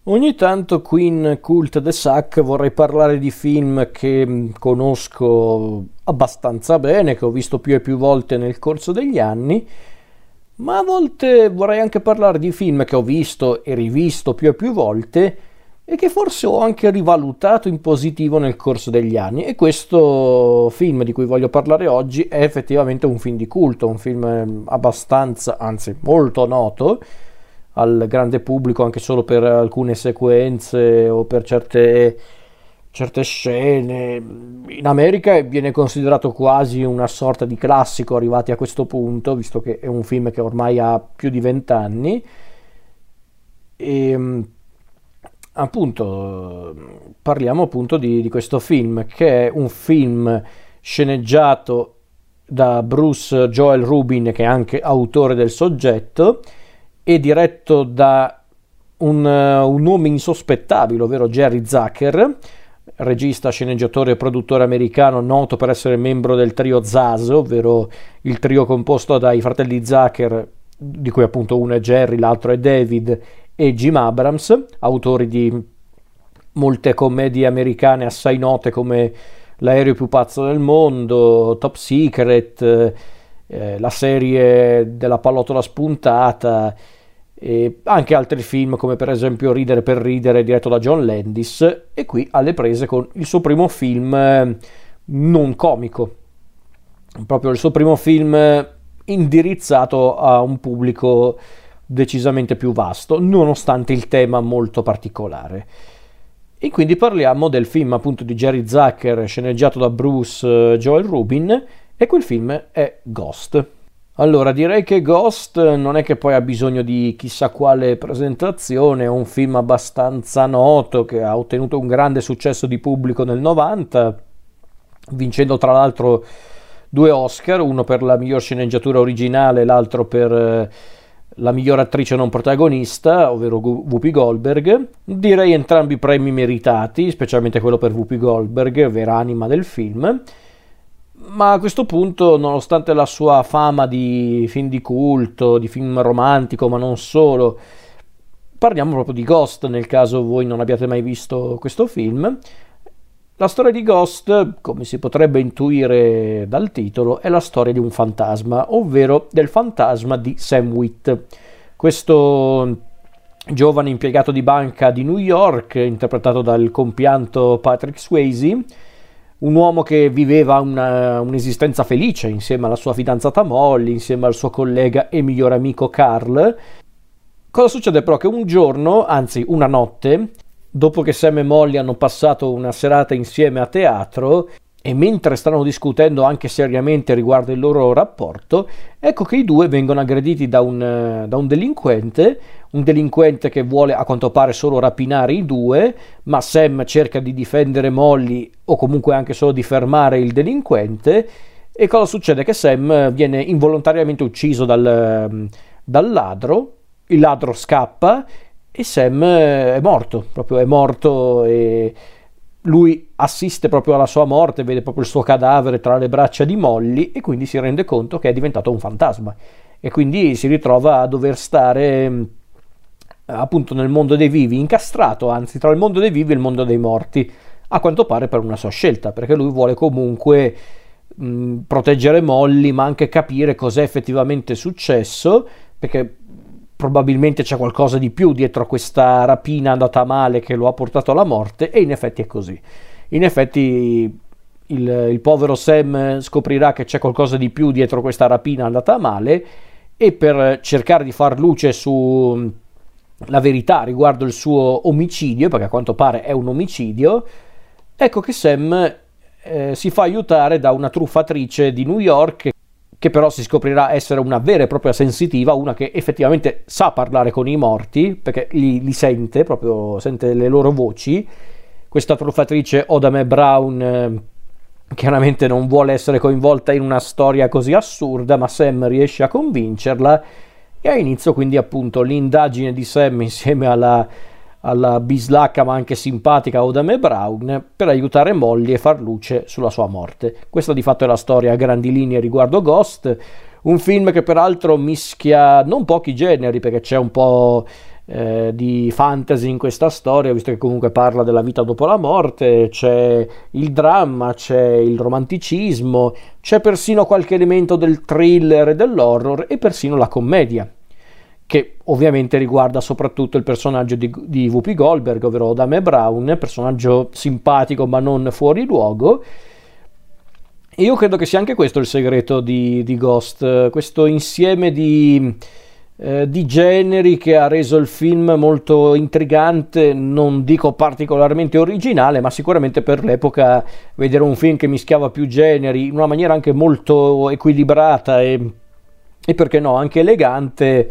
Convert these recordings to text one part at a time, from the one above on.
Ogni tanto qui in Cult de Sac vorrei parlare di film che conosco abbastanza bene, che ho visto più e più volte nel corso degli anni, ma a volte vorrei anche parlare di film che ho visto e rivisto più e più volte e che forse ho anche rivalutato in positivo nel corso degli anni. E questo film di cui voglio parlare oggi è effettivamente un film di culto, un film abbastanza, anzi molto noto al grande pubblico anche solo per alcune sequenze o per certe scene. In America viene considerato quasi una sorta di classico arrivati a questo punto, visto che è un film che ormai ha più di 20 anni. E appunto parliamo appunto di questo film, che è un film sceneggiato da Bruce Joel Rubin, che è anche autore del soggetto, e diretto da un nome insospettabile, ovvero Jerry Zucker, regista, sceneggiatore e produttore americano noto per essere membro del trio Zaz, ovvero il trio composto dai fratelli Zucker, di cui appunto uno è Jerry, l'altro è David, e Jim Abrams, autori di molte commedie americane assai note come L'aereo più pazzo del mondo, Top Secret, la serie della pallottola spuntata, e anche altri film come per esempio Ridere per ridere, diretto da John Landis, e qui alle prese con il suo primo film non comico, proprio il suo primo film indirizzato a un pubblico decisamente più vasto, nonostante il tema molto particolare. E quindi parliamo del film appunto di Jerry Zucker, sceneggiato da Bruce Joel Rubin, e quel film è Ghost. Allora, direi che Ghost non è che poi ha bisogno di chissà quale presentazione, è un film abbastanza noto che ha ottenuto un grande successo di pubblico nel 90, vincendo tra l'altro 2 Oscar, uno per la miglior sceneggiatura originale, l'altro per la miglior attrice non protagonista, ovvero Whoopi Goldberg. Direi entrambi premi meritati, specialmente quello per Whoopi Goldberg, vera anima del film. Ma a questo punto, nonostante la sua fama di film di culto, di film romantico, ma non solo, parliamo proprio di Ghost, nel caso voi non abbiate mai visto questo film. La storia di Ghost, come si potrebbe intuire dal titolo, è la storia di un fantasma, ovvero del fantasma di Sam Witt. Questo giovane impiegato di banca di New York, interpretato dal compianto Patrick Swayze, un uomo che viveva un'esistenza felice insieme alla sua fidanzata Molly, insieme al suo collega e migliore amico Carl. Cosa succede però? Che un giorno, anzi una notte, dopo che Sam e Molly hanno passato una serata insieme a teatro, e mentre stanno discutendo anche seriamente riguardo il loro rapporto, ecco che i due vengono aggrediti da un delinquente che vuole a quanto pare solo rapinare i due, ma Sam cerca di difendere Molly o comunque anche solo di fermare il delinquente. E cosa succede? Che Sam viene involontariamente ucciso dal ladro, il ladro scappa e Sam è morto, e lui assiste proprio alla sua morte, vede proprio il suo cadavere tra le braccia di Molly e quindi si rende conto che è diventato un fantasma e quindi si ritrova a dover stare appunto nel mondo dei vivi, incastrato anzi tra il mondo dei vivi e il mondo dei morti, a quanto pare per una sua scelta, perché lui vuole comunque proteggere Molly, ma anche capire cos'è effettivamente successo, perché probabilmente c'è qualcosa di più dietro a questa rapina andata male che lo ha portato alla morte, e in effetti è così. In effetti il povero Sam scoprirà che c'è qualcosa di più dietro questa rapina andata male, e per cercare di far luce su la verità riguardo il suo omicidio, perché a quanto pare è un omicidio, ecco che Sam si fa aiutare da una truffatrice di New York, che però si scoprirà essere una vera e propria sensitiva, una che effettivamente sa parlare con i morti, perché li sente, proprio sente le loro voci. Questa truffatrice Odame Brown chiaramente non vuole essere coinvolta in una storia così assurda, ma Sam riesce a convincerla, e ha inizio quindi appunto l'indagine di Sam insieme alla bislacca ma anche simpatica Odame Brown per aiutare Molly e far luce sulla sua morte. Questa di fatto è la storia a grandi linee riguardo Ghost, un film che peraltro mischia non pochi generi, perché c'è un po' di fantasy in questa storia, visto che comunque parla della vita dopo la morte, c'è il dramma, c'è il romanticismo, c'è persino qualche elemento del thriller e dell'horror e persino la commedia, che ovviamente riguarda soprattutto il personaggio di Whoopi Goldberg, ovvero Dame Brown, personaggio simpatico ma non fuori luogo. E io credo che sia anche questo il segreto di Ghost, questo insieme di generi che ha reso il film molto intrigante, non dico particolarmente originale, ma sicuramente per l'epoca vedere un film che mischiava più generi in una maniera anche molto equilibrata e perché no, anche elegante,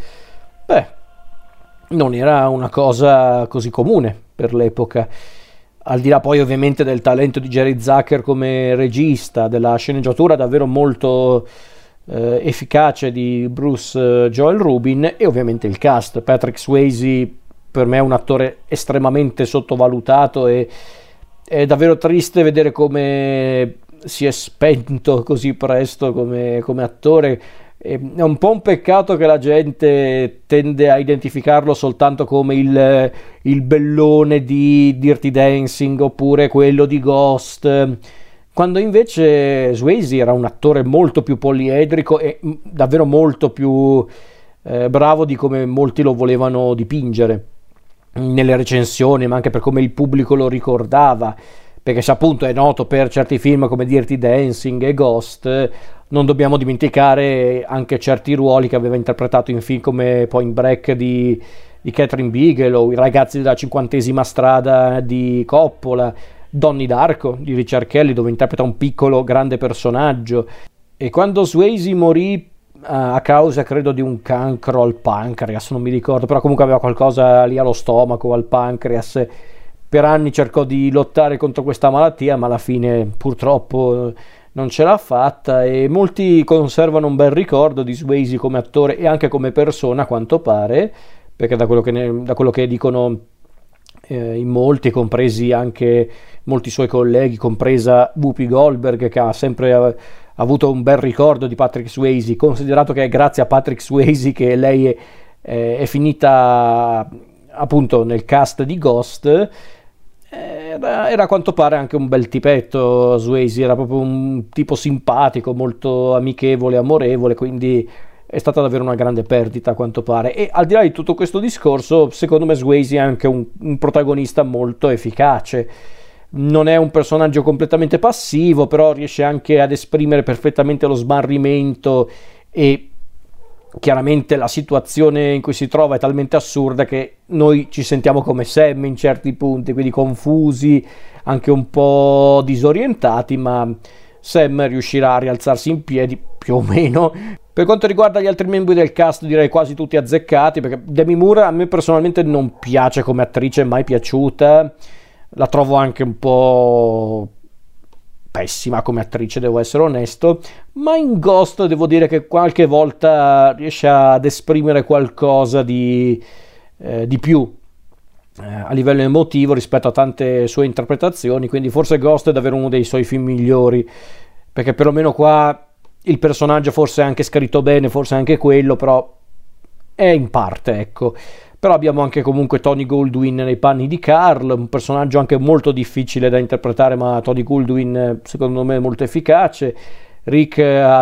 non era una cosa così comune per l'epoca. Al di là poi ovviamente del talento di Jerry Zucker come regista, della sceneggiatura davvero molto efficace di Bruce Joel Rubin e ovviamente il cast. Patrick Swayze per me è un attore estremamente sottovalutato e è davvero triste vedere come si è spento così presto come attore. È un po' un peccato che la gente tende a identificarlo soltanto come il bellone di Dirty Dancing oppure quello di Ghost, quando invece Swayze era un attore molto più poliedrico e davvero molto più bravo di come molti lo volevano dipingere nelle recensioni, ma anche per come il pubblico lo ricordava, perché se appunto è noto per certi film come Dirty Dancing e Ghost, non dobbiamo dimenticare anche certi ruoli che aveva interpretato in film come Point Break di Catherine Bigelow, I ragazzi della 50ª strada di Coppola, Donnie Darko di Richard Kelly, dove interpreta un piccolo grande personaggio. E quando Swayze morì a causa credo di un cancro al pancreas, non mi ricordo, però comunque aveva qualcosa lì allo stomaco, al pancreas, per anni cercò di lottare contro questa malattia, ma alla fine purtroppo non ce l'ha fatta e molti conservano un bel ricordo di Swayze come attore e anche come persona, a quanto pare, perché da quello che dicono in molti, compresi anche molti suoi colleghi, compresa Whoopi Goldberg, che ha sempre avuto un bel ricordo di Patrick Swayze, considerato che è grazie a Patrick Swayze che lei è finita appunto nel cast di Ghost. Era a quanto pare anche un bel tipetto Swayze, era proprio un tipo simpatico, molto amichevole, amorevole, quindi è stata davvero una grande perdita a quanto pare. E al di là di tutto questo discorso, secondo me Swayze è anche un protagonista molto efficace. Non è un personaggio completamente passivo, però riesce anche ad esprimere perfettamente lo smarrimento e chiaramente la situazione in cui si trova è talmente assurda che noi ci sentiamo come Sam in certi punti, quindi confusi, anche un po' disorientati, ma Sam riuscirà a rialzarsi in piedi più o meno. Per quanto riguarda gli altri membri del cast, direi quasi tutti azzeccati, perché Demi Moore a me personalmente non piace come attrice, è mai piaciuta, la trovo anche un po' pessima come attrice, devo essere onesto, ma in Ghost devo dire che qualche volta riesce ad esprimere qualcosa di più a livello emotivo rispetto a tante sue interpretazioni, quindi forse Ghost è davvero uno dei suoi film migliori, perché perlomeno qua il personaggio forse è anche scritto bene, forse anche quello, però è in parte, ecco. Però abbiamo anche comunque Tony Goldwyn nei panni di Carl, un personaggio anche molto difficile da interpretare, ma Tony Goldwyn secondo me è molto efficace. Rick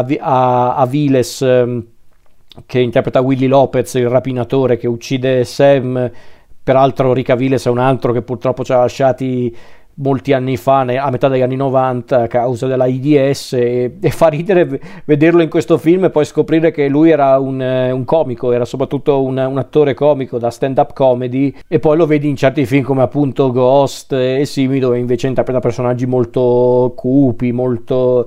Aviles che interpreta Willy Lopez, il rapinatore che uccide Sam. Peraltro Rick Aviles è un altro che purtroppo ci ha lasciati molti anni fa, a metà degli anni 90, a causa dell'AIDS, e fa ridere vederlo in questo film e poi scoprire che lui era un comico, era soprattutto un attore comico da stand-up comedy, e poi lo vedi in certi film come appunto Ghost e simili, dove invece interpreta personaggi molto cupi, molto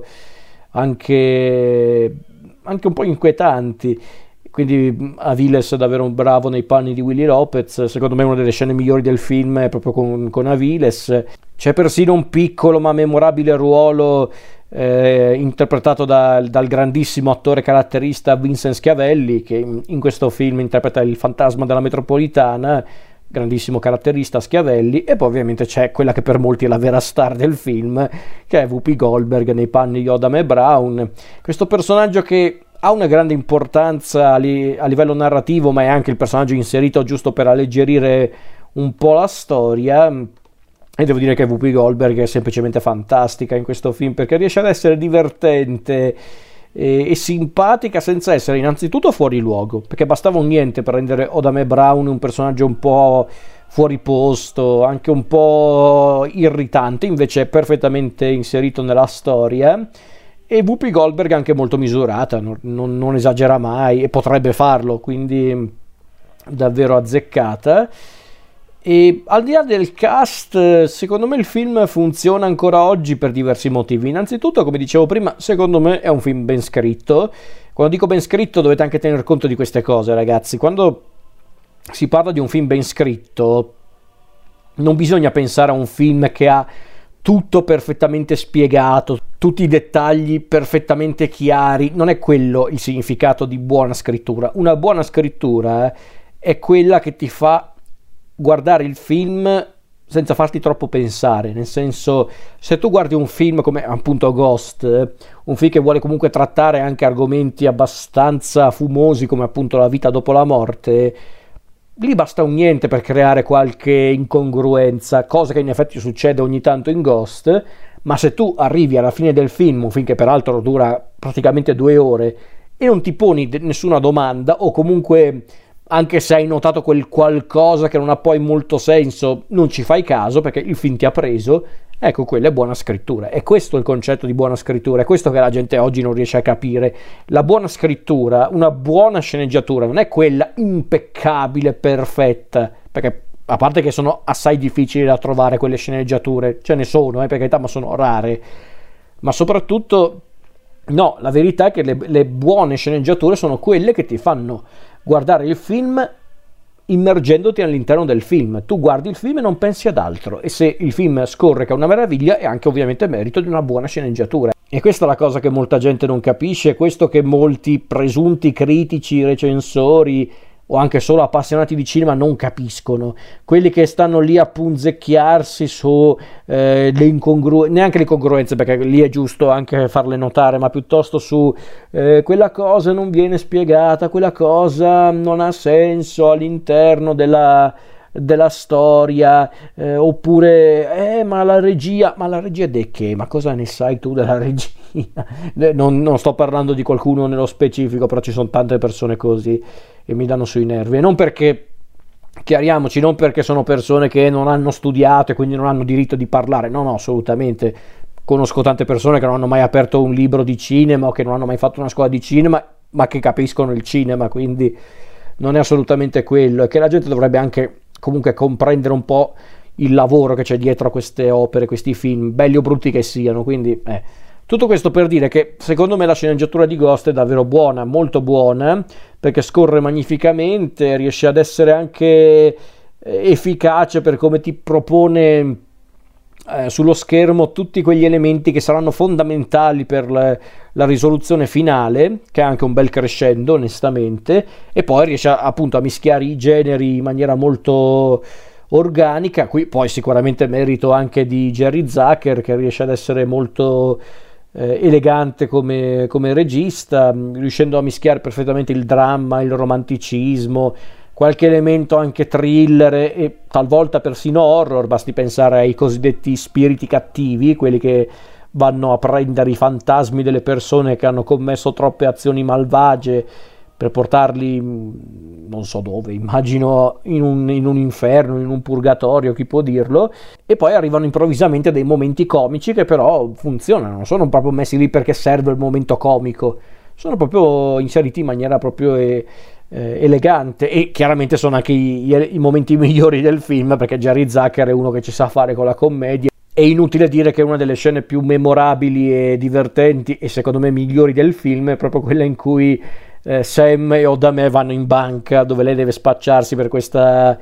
anche un po' inquietanti. Quindi Aviles è davvero un bravo nei panni di Willy Lopez. Secondo me una delle scene migliori del film è proprio con Aviles. C'è persino un piccolo ma memorabile ruolo interpretato dal grandissimo attore caratterista Vincent Schiavelli, che in questo film interpreta il fantasma della metropolitana, grandissimo caratterista Schiavelli. E poi ovviamente c'è quella che per molti è la vera star del film, che è Whoopi Goldberg nei panni di Odame Brown, questo personaggio che ha una grande importanza a livello narrativo, ma è anche il personaggio inserito giusto per alleggerire un po' la storia. E devo dire che Whoopi Goldberg è semplicemente fantastica in questo film, perché riesce ad essere divertente e simpatica senza essere innanzitutto fuori luogo, perché bastava un niente per rendere Oda Brown un personaggio un po' fuori posto, anche un po' irritante, invece è perfettamente inserito nella storia. E Whoopi Goldberg è anche molto misurata, non esagera mai e potrebbe farlo, quindi davvero azzeccata. E al di là del cast, secondo me il film funziona ancora oggi per diversi motivi. Innanzitutto, come dicevo prima, secondo me è un film ben scritto. Quando dico ben scritto dovete anche tener conto di queste cose, ragazzi. Quando si parla di un film ben scritto, non bisogna pensare a un film che ha tutto perfettamente spiegato, tutti i dettagli perfettamente chiari. Non è quello il significato di buona scrittura. Una buona scrittura è quella che ti fa guardare il film senza farti troppo pensare, nel senso, se tu guardi un film come appunto Ghost, un film che vuole comunque trattare anche argomenti abbastanza fumosi come appunto la vita dopo la morte, lì basta un niente per creare qualche incongruenza, cosa che in effetti succede ogni tanto in Ghost. Ma se tu arrivi alla fine del film, un film che peraltro dura praticamente 2 ore, e non ti poni nessuna domanda, o comunque anche se hai notato quel qualcosa che non ha poi molto senso, non ci fai caso perché il film ti ha preso, ecco, quella è buona scrittura. E questo è il concetto di buona scrittura, è questo che la gente oggi non riesce a capire. La buona scrittura, una buona sceneggiatura, non è quella impeccabile, perfetta, perché a parte che sono assai difficili da trovare quelle sceneggiature, ce ne sono, per carità, ma sono rare. Ma soprattutto, no, la verità è che le buone sceneggiature sono quelle che ti fanno guardare il film immergendoti all'interno del film. Tu guardi il film e non pensi ad altro, e se il film scorre che è una meraviglia è anche ovviamente merito di una buona sceneggiatura. E questa è la cosa che molta gente non capisce, questo che molti presunti critici, recensori o anche solo appassionati di cinema non capiscono, quelli che stanno lì a punzecchiarsi su le incongruenze, neanche le incongruenze perché lì è giusto anche farle notare, ma piuttosto su quella cosa non viene spiegata, quella cosa non ha senso all'interno della storia, oppure ma la regia di che? Ma cosa ne sai tu della regia? Non sto parlando di qualcuno nello specifico, però ci sono tante persone così e mi danno sui nervi, e non perché, chiariamoci, non perché sono persone che non hanno studiato e quindi non hanno diritto di parlare, no, assolutamente. Conosco tante persone che non hanno mai aperto un libro di cinema o che non hanno mai fatto una scuola di cinema, ma che capiscono il cinema, quindi non è assolutamente quello. È che la gente dovrebbe anche comunque comprendere un po' il lavoro che c'è dietro a queste opere, questi film, belli o brutti che siano. Quindi tutto questo per dire che secondo me la sceneggiatura di Ghost è davvero buona, molto buona, perché scorre magnificamente, riesce ad essere anche efficace per come ti propone sullo schermo tutti quegli elementi che saranno fondamentali per la risoluzione finale, che è anche un bel crescendo onestamente, e poi riesce appunto a mischiare i generi in maniera molto organica. Qui poi sicuramente merito anche di Jerry Zucker, che riesce ad essere molto elegante come regista, riuscendo a mischiare perfettamente il dramma, il romanticismo, qualche elemento anche thriller e talvolta persino horror. Basti pensare ai cosiddetti spiriti cattivi, quelli che vanno a prendere i fantasmi delle persone che hanno commesso troppe azioni malvagie per portarli non so dove, immagino in un inferno, in un purgatorio, chi può dirlo, e poi arrivano improvvisamente dei momenti comici che però funzionano, non sono proprio messi lì perché serve il momento comico, sono proprio inseriti in maniera proprio elegante, e chiaramente sono anche i momenti migliori del film, perché Jerry Zucker è uno che ci sa fare con la commedia. È inutile dire che una delle scene più memorabili e divertenti e secondo me migliori del film è proprio quella in cui Sam e Odame vanno in banca, dove lei deve spacciarsi per questa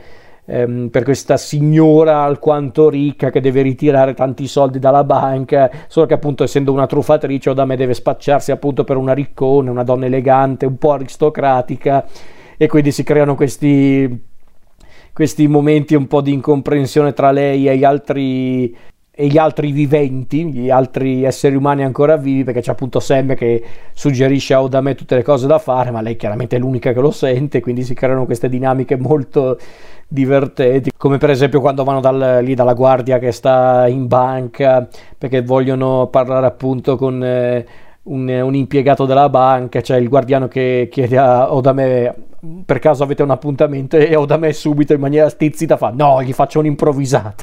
signora alquanto ricca che deve ritirare tanti soldi dalla banca, solo che appunto essendo una truffatrice Odame deve spacciarsi appunto per una riccona, una donna elegante, un po' aristocratica, e quindi si creano questi momenti un po' di incomprensione tra lei e gli altri e gli altri viventi, gli altri esseri umani ancora vivi, perché c'è appunto Sam che suggerisce a Odame tutte le cose da fare, ma lei chiaramente è l'unica che lo sente, quindi si creano queste dinamiche molto divertenti, come per esempio quando vanno lì dalla guardia che sta in banca perché vogliono parlare appunto con un impiegato della banca, c'è il guardiano che chiede a Odame per caso avete un appuntamento, e Odame subito in maniera stizzita fa no, gli faccio un'improvvisata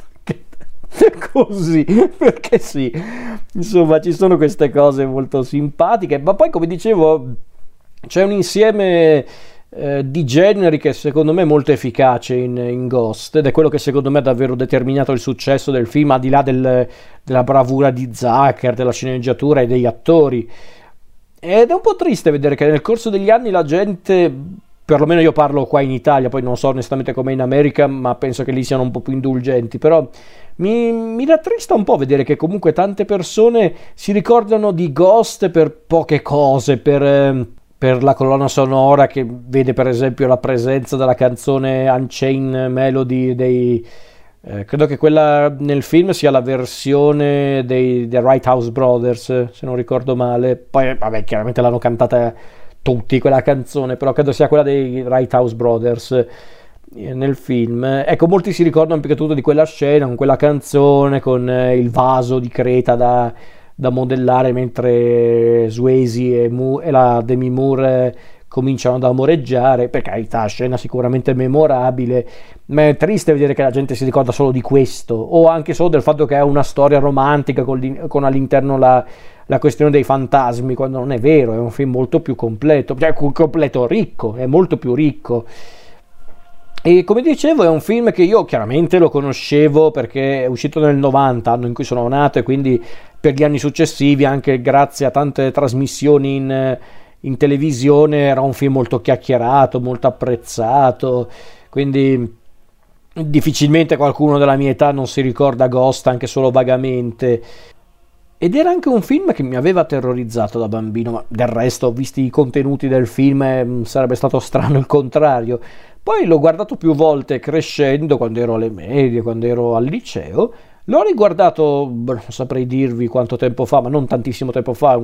così, perché sì, insomma ci sono queste cose molto simpatiche, ma poi come dicevo c'è un insieme di generi che secondo me è molto efficace in Ghost, ed è quello che secondo me ha davvero determinato il successo del film, al di là della bravura di Zucker, della sceneggiatura e degli attori. Ed è un po' triste vedere che nel corso degli anni la gente, perlomeno io parlo qua in Italia, poi non so onestamente com'è in America, ma penso che lì siano un po' più indulgenti, però mi rattrista un po' vedere che comunque tante persone si ricordano di Ghost per poche cose, per la colonna sonora che vede per esempio la presenza della canzone Unchained Melody credo che quella nel film sia la versione dei Right House Brothers, se non ricordo male. Poi vabbè, chiaramente l'hanno cantata tutti quella canzone, però credo sia quella dei Right House Brothers nel film. Ecco, molti si ricordano più che tutto di quella scena con quella canzone, con il vaso di creta da modellare mentre Swayze e la Demi Moore cominciano ad amoreggiare. Per carità, scena sicuramente memorabile, ma è triste vedere che la gente si ricorda solo di questo, o anche solo del fatto che è una storia romantica con all'interno la questione dei fantasmi, quando non è vero, è un film molto più completo, cioè completo, ricco, è molto più ricco. E come dicevo è un film che io chiaramente lo conoscevo perché è uscito nel 90, anno in cui sono nato, e quindi per gli anni successivi, anche grazie a tante trasmissioni in televisione, era un film molto chiacchierato, molto apprezzato, quindi difficilmente qualcuno della mia età non si ricorda Ghost anche solo vagamente. Ed era anche un film che mi aveva terrorizzato da bambino, ma del resto, visti i contenuti del film, sarebbe stato strano il contrario. Poi l'ho guardato più volte crescendo, quando ero alle medie, quando ero al liceo. L'ho riguardato, non saprei dirvi quanto tempo fa, ma non tantissimo tempo fa,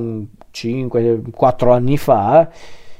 5-4 anni fa.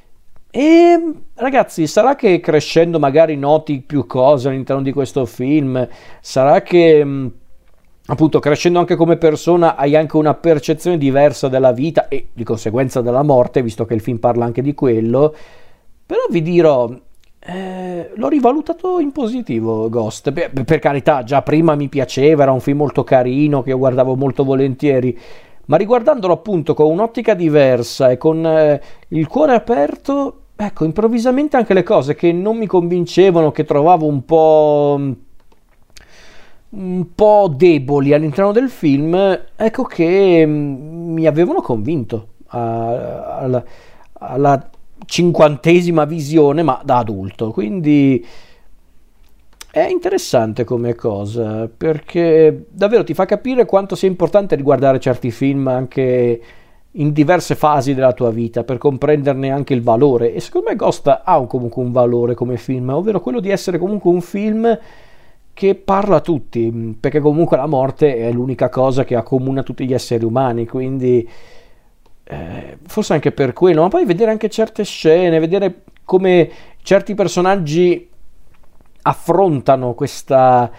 E ragazzi, sarà che crescendo magari noti più cose all'interno di questo film, sarà che appunto crescendo anche come persona hai anche una percezione diversa della vita e di conseguenza della morte, visto che il film parla anche di quello. Però vi dirò, l'ho rivalutato in positivo Ghost. Per carità, già prima mi piaceva, era un film molto carino che io guardavo molto volentieri, ma riguardandolo appunto con un'ottica diversa e con il cuore aperto, ecco, improvvisamente anche le cose che non mi convincevano, che trovavo un po' deboli all'interno del film, ecco che mi avevano convinto alla 50ª visione, ma da adulto. Quindi è interessante come cosa, perché davvero ti fa capire quanto sia importante riguardare certi film anche in diverse fasi della tua vita per comprenderne anche il valore. E secondo me Ghost ha comunque un valore come film, ovvero quello di essere comunque un film che parla a tutti, perché comunque la morte è l'unica cosa che accomuna tutti gli esseri umani, quindi forse anche per quello. Ma poi vedere anche certe scene, vedere come certi personaggi affrontano questa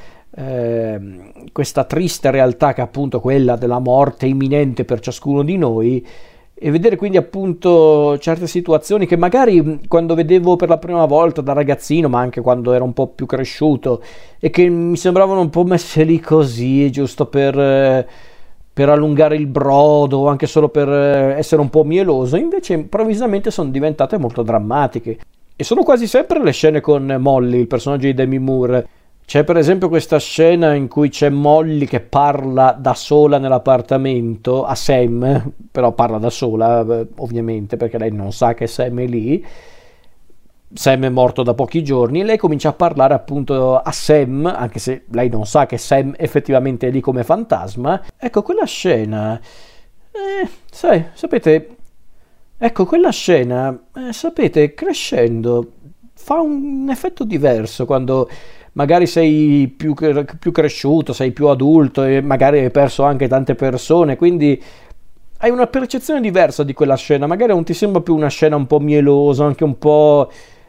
triste realtà che è appunto quella della morte imminente per ciascuno di noi, e vedere quindi appunto certe situazioni che magari quando vedevo per la prima volta da ragazzino, ma anche quando ero un po' più cresciuto, e che mi sembravano un po' messe lì così, giusto per allungare il brodo o anche solo per essere un po' mieloso, invece improvvisamente sono diventate molto drammatiche. E sono quasi sempre le scene con Molly, il personaggio di Demi Moore. C'è per esempio questa scena in cui c'è Molly che parla da sola nell'appartamento a Sam, però parla da sola ovviamente perché lei non sa che Sam è lì. Sam è morto da pochi giorni e lei comincia a parlare appunto a Sam, anche se lei non sa che Sam effettivamente è lì come fantasma. Ecco, quella scena, sapete, ecco, quella scena, sapete, crescendo fa un effetto diverso quando magari sei più cresciuto, sei più adulto e magari hai perso anche tante persone, quindi hai una percezione diversa di quella scena, magari non ti sembra più una scena un po' mielosa, anche un po'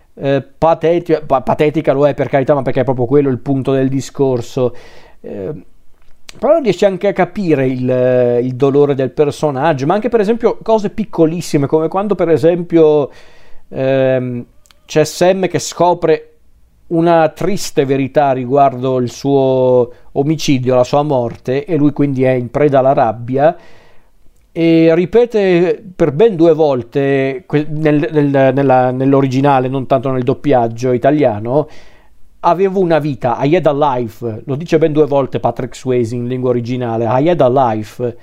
patetica lo è per carità, ma perché è proprio quello il punto del discorso. Però riesci anche a capire il dolore del personaggio, ma anche per esempio cose piccolissime, come quando per esempio c'è Sam che scopre una triste verità riguardo il suo omicidio, la sua morte, e lui quindi è in preda alla rabbia e ripete per ben 2 volte nell'originale, non tanto nel doppiaggio italiano: avevo una vita, I had a life. Lo dice ben 2 volte Patrick Swayze in lingua originale, I had a life.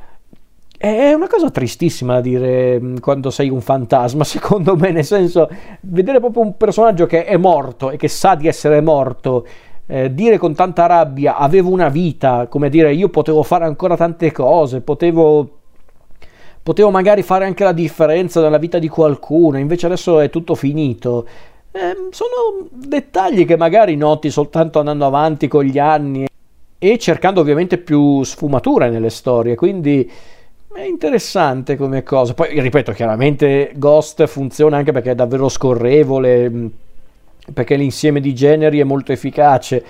È una cosa tristissima da dire quando sei un fantasma, secondo me, nel senso, vedere proprio un personaggio che è morto e che sa di essere morto, dire con tanta rabbia avevo una vita, come dire io potevo fare ancora tante cose, potevo magari fare anche la differenza nella vita di qualcuno, invece adesso è tutto finito. Sono dettagli che magari noti soltanto andando avanti con gli anni e cercando ovviamente più sfumature nelle storie, quindi è interessante come cosa. Poi ripeto, chiaramente Ghost funziona anche perché è davvero scorrevole, perché l'insieme di generi è molto efficace,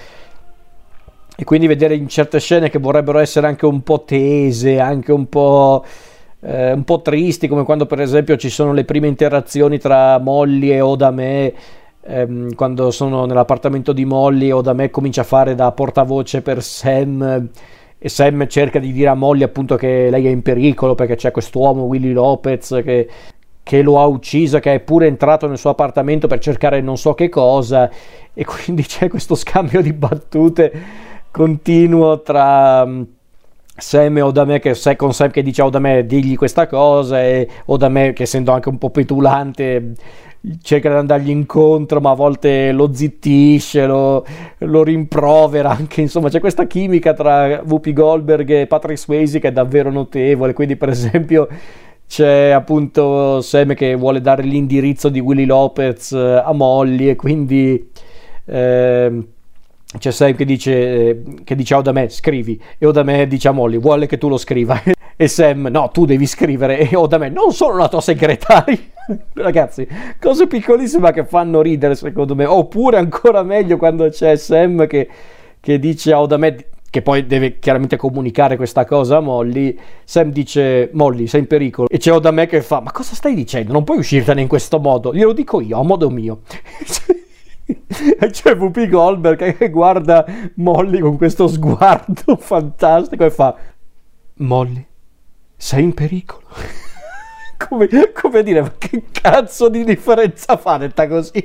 e quindi vedere in certe scene che vorrebbero essere anche un po' tese, anche un po' tristi, come quando per esempio ci sono le prime interazioni tra Molly e Odame, quando sono nell'appartamento di Molly, Odame comincia a fare da portavoce per Sam e Sam cerca di dire a Molly appunto che lei è in pericolo perché c'è quest'uomo Willy Lopez che lo ha ucciso, che è pure entrato nel suo appartamento per cercare non so che cosa, e quindi c'è questo scambio di battute continuo tra Sam e Odame, con Sam che dice a Odame digli questa cosa, e Odame che essendo anche un po' petulante cerca di andargli incontro, ma a volte lo zittisce, lo rimprovera anche, insomma c'è questa chimica tra Whoopi Goldberg e Patrick Swayze che è davvero notevole. Quindi per esempio c'è appunto Sam che vuole dare l'indirizzo di Willy Lopez a Molly, e quindi c'è Sam che dice a Odame scrivi, e Odame dice a Molly vuole che tu lo scriva e Sam no, tu devi scrivere, e Odame non sono la tua segretaria. Ragazzi, cose piccolissime che fanno ridere secondo me. Oppure ancora meglio quando c'è Sam che dice a Odame, che poi deve chiaramente comunicare questa cosa a Molly, Sam dice Molly sei in pericolo, e c'è Odame che fa ma cosa stai dicendo, non puoi uscirtene in questo modo, glielo dico io a modo mio. E c'è Whoopi Goldberg che guarda Molly con questo sguardo fantastico e fa Molly sei in pericolo. Come dire, ma che cazzo di differenza fa detta così?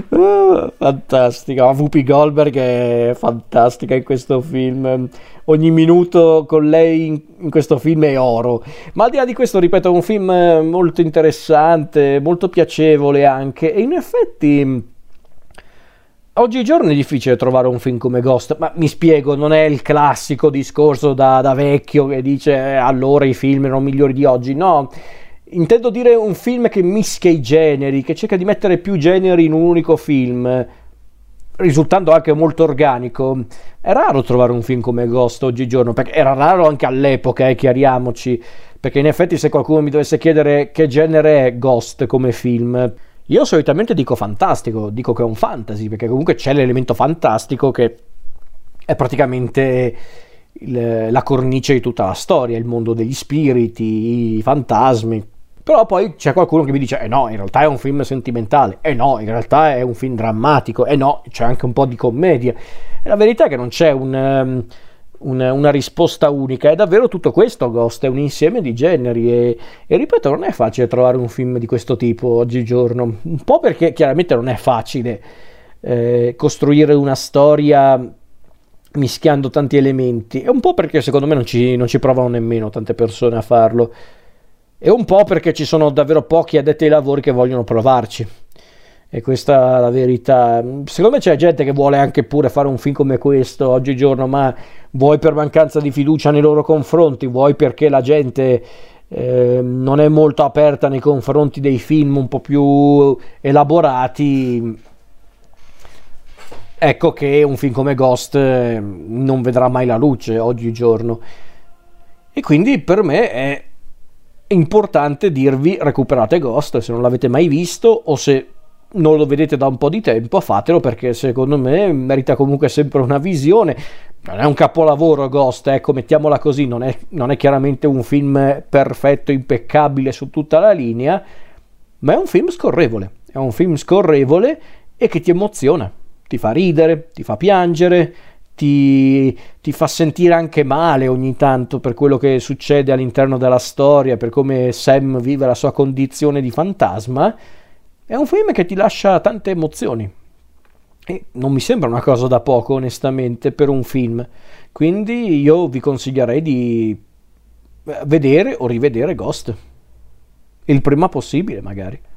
Fantastica, Whoopi Goldberg è fantastica in questo film, ogni minuto con lei in questo film è oro. Ma al di là di questo, ripeto, è un film molto interessante, molto piacevole anche, e in effetti oggigiorno è difficile trovare un film come Ghost, ma mi spiego, non è il classico discorso da vecchio che dice allora i film erano migliori di oggi, no. Intendo dire un film che mischia i generi, che cerca di mettere più generi in un unico film, risultando anche molto organico. È raro trovare un film come Ghost oggigiorno, perché era raro anche all'epoca, chiariamoci, perché in effetti se qualcuno mi dovesse chiedere che genere è Ghost come film, io solitamente dico fantastico, dico che è un fantasy, perché comunque c'è l'elemento fantastico che è praticamente la cornice di tutta la storia, il mondo degli spiriti, i fantasmi. Però poi c'è qualcuno che mi dice no, in realtà è un film sentimentale, no, in realtà è un film drammatico, no, c'è anche un po' di commedia. E la verità è che non c'è una risposta unica, è davvero tutto questo Ghost, è un insieme di generi, e ripeto, non è facile trovare un film di questo tipo oggigiorno, un po' perché chiaramente non è facile costruire una storia mischiando tanti elementi, e un po' perché secondo me non ci provano nemmeno tante persone a farlo, e un po' perché ci sono davvero pochi addetti ai lavori che vogliono provarci, e questa è la verità. Secondo me c'è gente che vuole anche pure fare un film come questo oggigiorno, ma vuoi per mancanza di fiducia nei loro confronti, vuoi perché la gente non è molto aperta nei confronti dei film un po' più elaborati, ecco che un film come Ghost non vedrà mai la luce oggigiorno. E quindi per me è importante dirvi: recuperate Ghost se non l'avete mai visto, o se non lo vedete da un po' di tempo, fatelo, perché secondo me merita comunque sempre una visione. Non è un capolavoro Ghost, ecco, mettiamola così, non è chiaramente un film perfetto, impeccabile su tutta la linea, ma è un film scorrevole e che ti emoziona, ti fa ridere, ti fa piangere, ti fa sentire anche male ogni tanto per quello che succede all'interno della storia, per come Sam vive la sua condizione di fantasma. È un film che ti lascia tante emozioni e non mi sembra una cosa da poco, onestamente, per un film. Quindi io vi consiglierei di vedere o rivedere Ghost il prima possibile, magari.